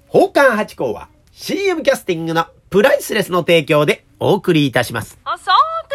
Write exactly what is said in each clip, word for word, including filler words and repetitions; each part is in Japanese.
宝冠八甲は シーエム キャスティングのプライスレスの提供でお送りいたします。 あ、さて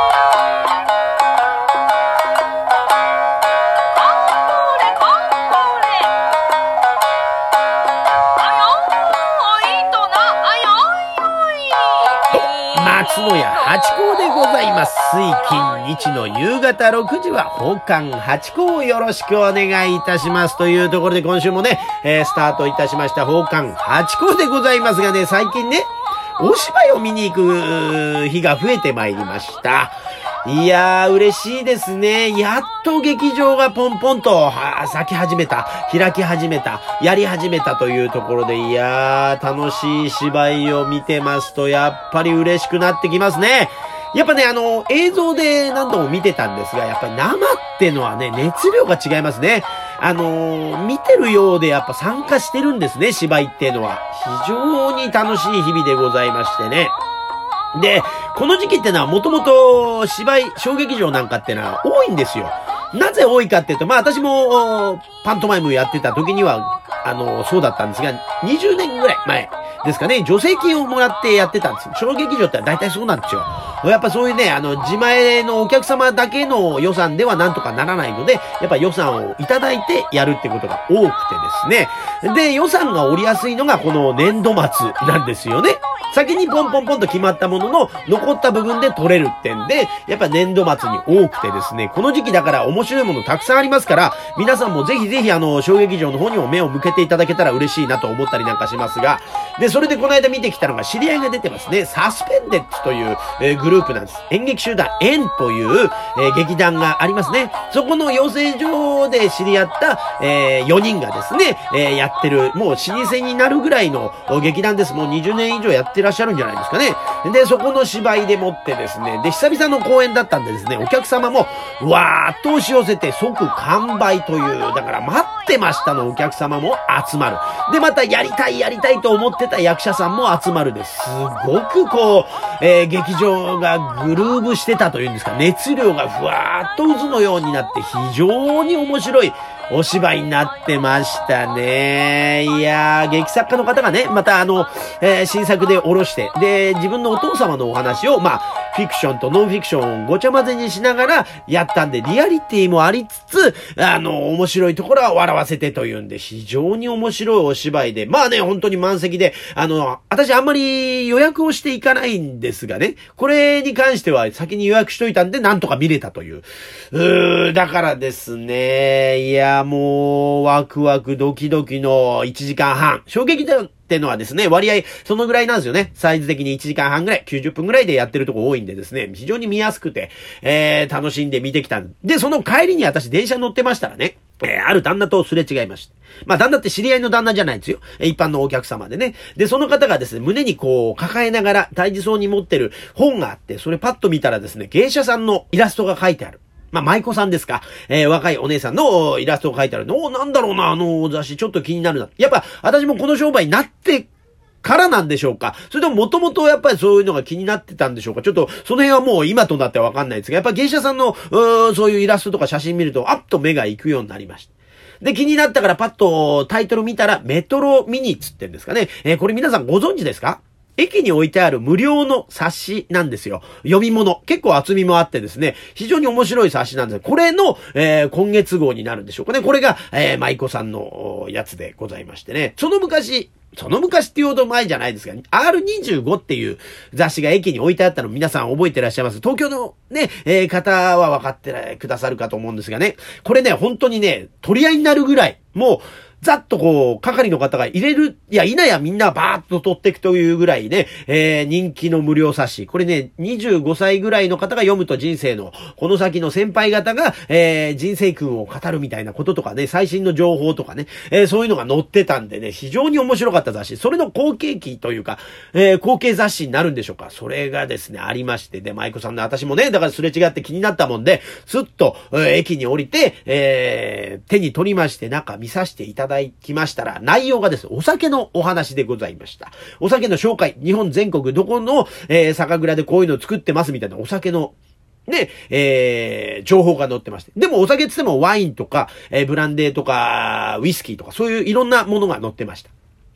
松野屋八甲でございます。水金日の夕方ろくじは宝冠八甲をよろしくお願いいたしますというところで、今週もね、えー、スタートいたしました宝冠八甲でございますがね、最近ね、お芝居を見に行く日が増えてまいりました。いやー、嬉しいですね。やっと劇場がポンポンと咲き始めた、開き始めた、やり始めたというところで、いやー、楽しい芝居を見てますと、やっぱり嬉しくなってきますね。やっぱね、あの、映像で何度も見てたんですが、やっぱり生ってのはね、熱量が違いますね。あのー、見てるようでやっぱ参加してるんですね、芝居っていうのは。非常に楽しい日々でございましてね。で、この時期ってのはもともと芝居、小劇場なんかってのは多いんですよ。なぜ多いかっていうと、まあ私もパントマイムやってた時には、あの、そうだったんですが、にじゅうねんぐらい前ですかね、助成金をもらってやってたんですよ。小劇場って大体そうなんですよ。やっぱそういうね、あの、自前のお客様だけの予算ではなんとかならないので、やっぱ予算をいただいてやるってことが多くてですね。で、予算が折りやすいのがこの年度末なんですよね。先にポンポンポンと決まったものの、残った部分で取れるってんで、やっぱ年度末に多くてですね、この時期だから面白いものたくさんありますから、皆さんもぜひぜひあの、小劇場の方にも目を向けていただけたら嬉しいなと思ったりなんかしますが、で、それでこの間見てきたのが知り合いが出てますね、サスペンデッツという、えー、グループなんです。演劇集団円という、えー、劇団がありますね。そこの養成所で知り合った、えー、よにんがですね、えー、やってる、もう老舗になるぐらいの劇団です。もうにじゅうねん以上やってらっしゃるんじゃないですかね。で、そこの芝居でもってですね、で、久々の公演だったんでですね、お客様も、わーっと押し寄せて即完売という、だから待ってましたのお客様も集まる。で、またやりたいやりたいと思ってた役者さんも集まるです。すごくこう、えー、劇場がグルーブしてたというんですか、熱量がふわーっと渦のようになって非常に面白いお芝居になってましたね。いやー、劇作家の方がね、またあの、えー、新作で下ろして、で、自分のお父様のお話を、まあ、フィクションとノンフィクションをごちゃ混ぜにしながらやったんで、リアリティもありつつ、あの、面白いところは笑わせてというんで、非常に面白いお芝居で、まあね、本当に満席で、あの、私あんまり予約をしていかないんですがね、これに関しては先に予約しといたんで、なんとか見れたという。うー、だからですね、いや、もう、ワクワクドキドキのいちじかんはん。衝撃だよってのはですね、割合、そのぐらいなんですよね。サイズ的にいちじかんはんぐらい、きゅうじゅっぷんぐらいでやってるとこ多いんでですね、非常に見やすくて、えー、楽しんで見てきたんで、その帰りに私電車乗ってましたらね、えー、ある旦那とすれ違いました。まあ、旦那って知り合いの旦那じゃないんですよ。一般のお客様でね。で、その方がですね、胸にこう、抱えながら、大事そうに持ってる本があって、それパッと見たらですね、芸者さんのイラストが書いてある。まあ、舞妓さんですか。えー、若いお姉さんのイラストが書いてあるの。おー、なんだろうな、あの雑誌、ちょっと気になるな。やっぱ、私もこの商売になって、からなんでしょうか。それとも元々やっぱりそういうのが気になってたんでしょうか。ちょっとその辺はもう今となってはわかんないですが、やっぱ芸者さんのうーそういうイラストとか写真見ると、あっと目が行くようになりました。で、気になったからパッとタイトル見たら、メトロミニッツって言うんですかね。えー、これ皆さんご存知ですか？駅に置いてある無料の冊子なんですよ。読み物。結構厚みもあってですね、非常に面白い冊子なんです。これの、えー、今月号になるんでしょうかね。これが、えー、舞妓さんのやつでございましてね。その昔、その昔っていうほど前じゃないですが、アールにじゅうご っていう雑誌が駅に置いてあったの皆さん覚えてらっしゃいます。東京のね、えー、方は分かってくださるかと思うんですがね。これね、本当にね、取り合いになるぐらい、もう、ざっとこう、係の方が入れる、いや、いなやみんなバーッと取っていくというぐらいね、えー、人気の無料冊子。これね、にじゅうごさいぐらいの方が読むと人生の、この先の先輩方が、えー、人生訓を語るみたいなこととかね、最新の情報とかね、えー、そういうのが載ってたんでね、非常に面白かった雑誌。それの後継機というか、えー、後継雑誌になるんでしょうか。それがですね、ありまして、で、舞妓さんの私もね、だからすれ違って気になったもんで、すっと、えー、駅に降りて、えー、手に取りまして、中見させていただきましたら、内容がですね、お酒のお話でございました。お酒の紹介、日本全国どこの、えー、酒蔵でこういうのを作ってますみたいなお酒のね、えー、情報が載ってまして。でもお酒って言ってもワインとか、えー、ブランデーとか、ウイスキーとか、そういういろんなものが載ってました。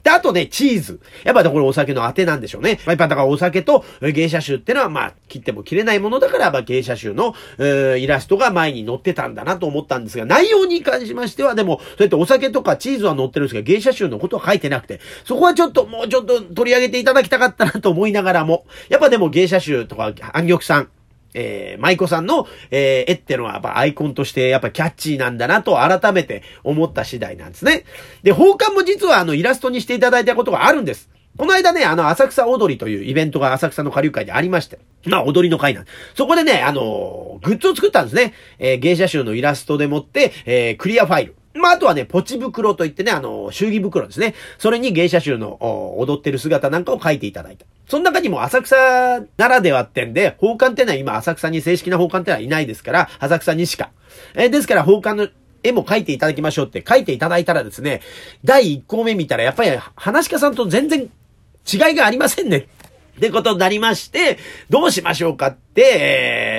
で、あとね、チーズ。やっぱこれお酒のあてなんでしょうね。やっぱだからお酒と芸者集ってのはまあ、切っても切れないものだから、まあ芸者集の、えー、イラストが前に載ってたんだなと思ったんですが、内容に関しましてはでも、そうやってお酒とかチーズは載ってるんですが、芸者集のことは書いてなくて、そこはちょっと、もうちょっと取り上げていただきたかったなと思いながらも、やっぱでも芸者集とか、安玉さん、えー、舞妓さんの、えー、絵ってのはやっぱアイコンとしてやっぱキャッチーなんだなと改めて思った次第なんですね。で、宝冠も実はあのイラストにしていただいたことがあるんです。この間ね、あの、浅草踊りというイベントが浅草の下流会でありまして、まあ、踊りの会なんです。そこでね、あのー、グッズを作ったんですね。えー、芸者集のイラストでもって、えー、クリアファイル。まあ、あとはね、ポチ袋といってね、あの、祝儀袋ですね。それに芸者集の踊ってる姿なんかを描いていただいた。その中にも浅草ならではってんで、宝冠ってのは今浅草に正式な宝冠ってのはいないですから、浅草にしか。えー、ですから宝冠の絵も描いていただきましょうって書いていただいたらですね、だいいっこうめ見たらやっぱり話し家さんと全然違いがありませんね。ってことになりまして、どうしましょうかって、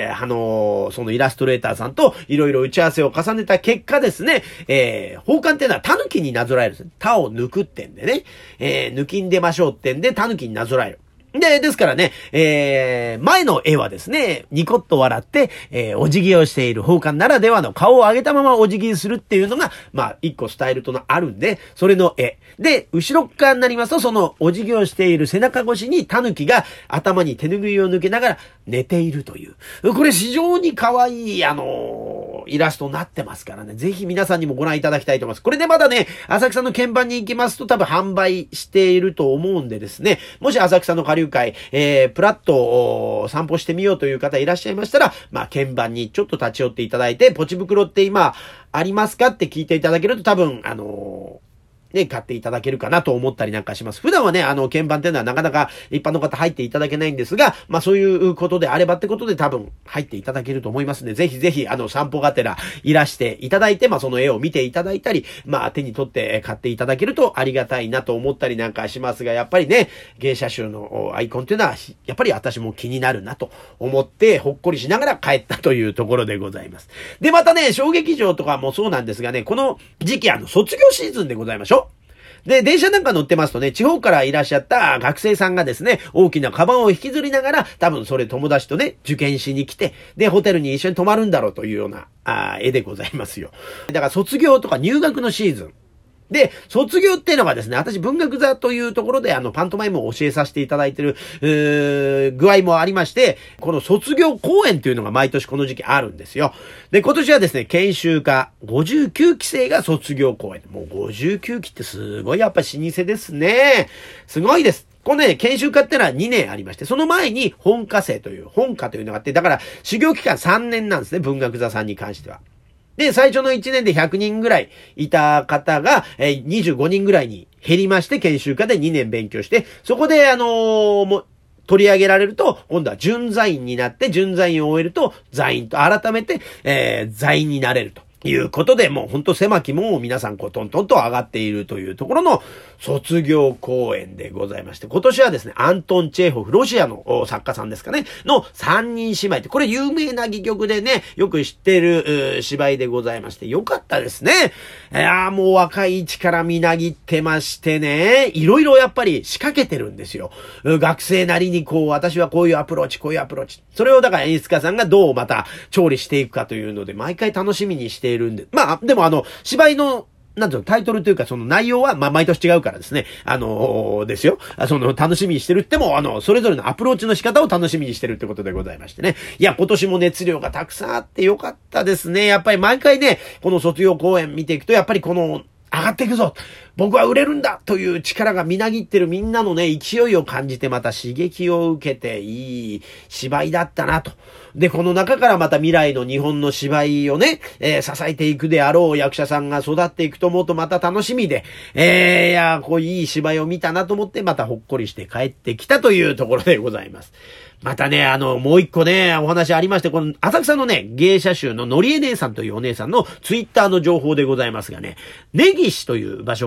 えー、あのー、そのイラストレーターさんといろいろ打ち合わせを重ねた結果ですね、えー、宝冠っていうのは狸になぞらえるんです。他を抜くってんでね、えー、抜きんでましょうってんで狸になぞらえる。で、ですからね、えー、前の絵はですね、ニコッと笑って、えー、お辞儀をしている宝冠ならではの顔を上げたままお辞儀するっていうのが、まあ、一個スタイルとのあるんで、それの絵。で、後ろ側になりますと、そのお辞儀をしている背中越しに狸が頭に手拭いを抜けながら寝ているという。これ非常に可愛い、あのー、イラストになってますからね、ぜひ皆さんにもご覧いただきたいと思います。これでまだね、浅草の鍵盤に行きますと多分販売していると思うんでですね、もし浅草の下流会、えー、プラッと散歩してみようという方いらっしゃいましたら、まあ、鍵盤にちょっと立ち寄っていただいて、ポチ袋って今ありますかって聞いていただけると多分、あのー、ね、買っていただけるかなと思ったりなんかします。普段はね、あの、鍵盤っていうのはなかなか一般の方入っていただけないんですが、まあそういうことであればってことで多分入っていただけると思いますので、ぜひぜひあの散歩がてらいらしていただいて、まあその絵を見ていただいたり、まあ手に取って買っていただけるとありがたいなと思ったりなんかしますが、やっぱりね、芸者集のアイコンっていうのは、やっぱり私も気になるなと思って、ほっこりしながら帰ったというところでございます。で、またね、小劇場とかもそうなんですがね、この時期あの卒業シーズンでございましょう。で、電車なんか乗ってますとね、地方からいらっしゃった学生さんがですね、大きなカバンを引きずりながら、多分それ友達とね、受験しに来て、で、ホテルに一緒に泊まるんだろうというような、あ絵でございますよ。だから卒業とか入学のシーズン。で、卒業っていうのがですね、私文学座というところであのパントマイムを教えさせていただいている、うー、具合もありまして、この卒業公演っていうのが毎年この時期あるんですよ。で、今年はですね、研修科ごじゅうきゅうき生が卒業公演。もうごじゅうきゅうきってすごいやっぱ老舗ですね。すごいです。このね、研修科ってのはにねんありまして、その前に本科生という、本科というのがあって、だから修行期間さんねんなんですね、文学座さんに関しては。で、最初のいちねんでひゃくにんぐらいいた方が、えー、にじゅうごにんぐらいに減りまして、研修科でにねん勉強して、そこで、あのー、も取り上げられると、今度は準座員になって、準座員を終えると、座員と改めて、えー、座員になれると。いうことで、もうほんと狭き門を皆さんこうトントンと上がっているというところの卒業公演でございまして、今年はですね、アントン・チェーホフ、ロシアの作家さんですかね、の三人姉妹って、これ有名な戯曲でね、よく知っている芝居でございまして、よかったですね。いやーもう若い位置からみなぎってましてね、いろいろやっぱり仕掛けてるんですよ。学生なりにこう、私はこういうアプローチ、こういうアプローチ。それをだから演出家さんがどうまた調理していくかというので、毎回楽しみにしているんで、まあ、でもあの、芝居の、なんていうの、タイトルというかその内容は、まあ、毎年違うからですね。あのー、ですよ。その、楽しみにしてるっても、あの、それぞれのアプローチの仕方を楽しみにしてるってことでございましてね。いや、今年も熱量がたくさんあってよかったですね。やっぱり毎回ね、この卒業公演見ていくと、やっぱりこの、上がっていくぞ、僕は売れるんだという力がみなぎってるみんなのね、勢いを感じてまた刺激を受けていい芝居だったなと。で、この中からまた未来の日本の芝居をね、えー、支えていくであろう役者さんが育っていくと思うとまた楽しみで、えー、いや、こういい芝居を見たなと思ってまたほっこりして帰ってきたというところでございます。またね、あの、もう一個ね、お話ありまして、この、浅草のね、芸者集ののりえ姉さんというお姉さんのツイッターの情報でございますがね、根岸という場所が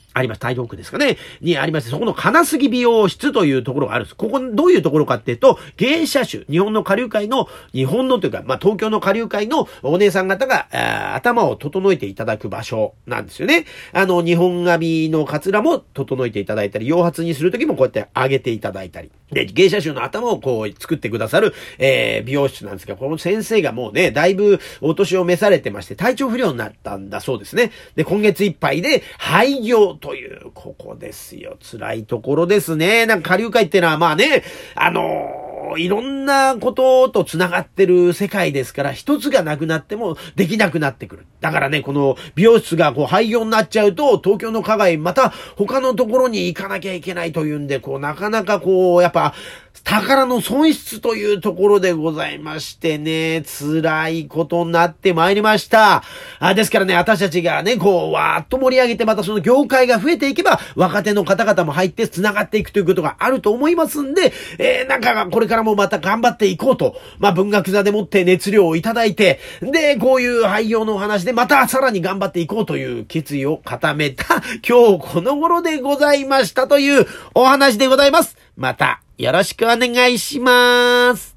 あります。台東区ですかね。にありまして、そこの金杉美容室というところがあるんです。ここ、どういうところかっていうと、芸者種、日本の下流会の、日本のというか、まあ、東京の下流会のお姉さん方が、頭を整えていただく場所なんですよね。あの、日本髪のカツラも整えていただいたり、洋髪にするときもこうやって上げていただいたり。で、芸者種の頭をこう作ってくださる、えー、美容室なんですが、この先生がもうね、だいぶお年を召されてまして、体調不良になったんだそうですね。で、今月いっぱいで廃業という、ここですよ。辛いところですね。なんか下流会ってのはまあね、あのー、いろんなことと繋がってる世界ですから、一つがなくなってもできなくなってくる。だからね、この美容室がこう廃業になっちゃうと、東京の花街また他のところに行かなきゃいけないというんで、こうなかなかこう、やっぱ、宝の損失というところでございましてね、辛いことになってまいりました。あ、ですからね、私たちがね、こう、わーっと盛り上げて、またその業界が増えていけば、若手の方々も入って繋がっていくということがあると思いますんで、えー、なんかこれからもまた頑張っていこうと、まあ、文学座でもって熱量をいただいて、で、こういう廃業のお話でまたさらに頑張っていこうという決意を固めた、今日この頃でございましたというお話でございます。また、よろしくお願いします。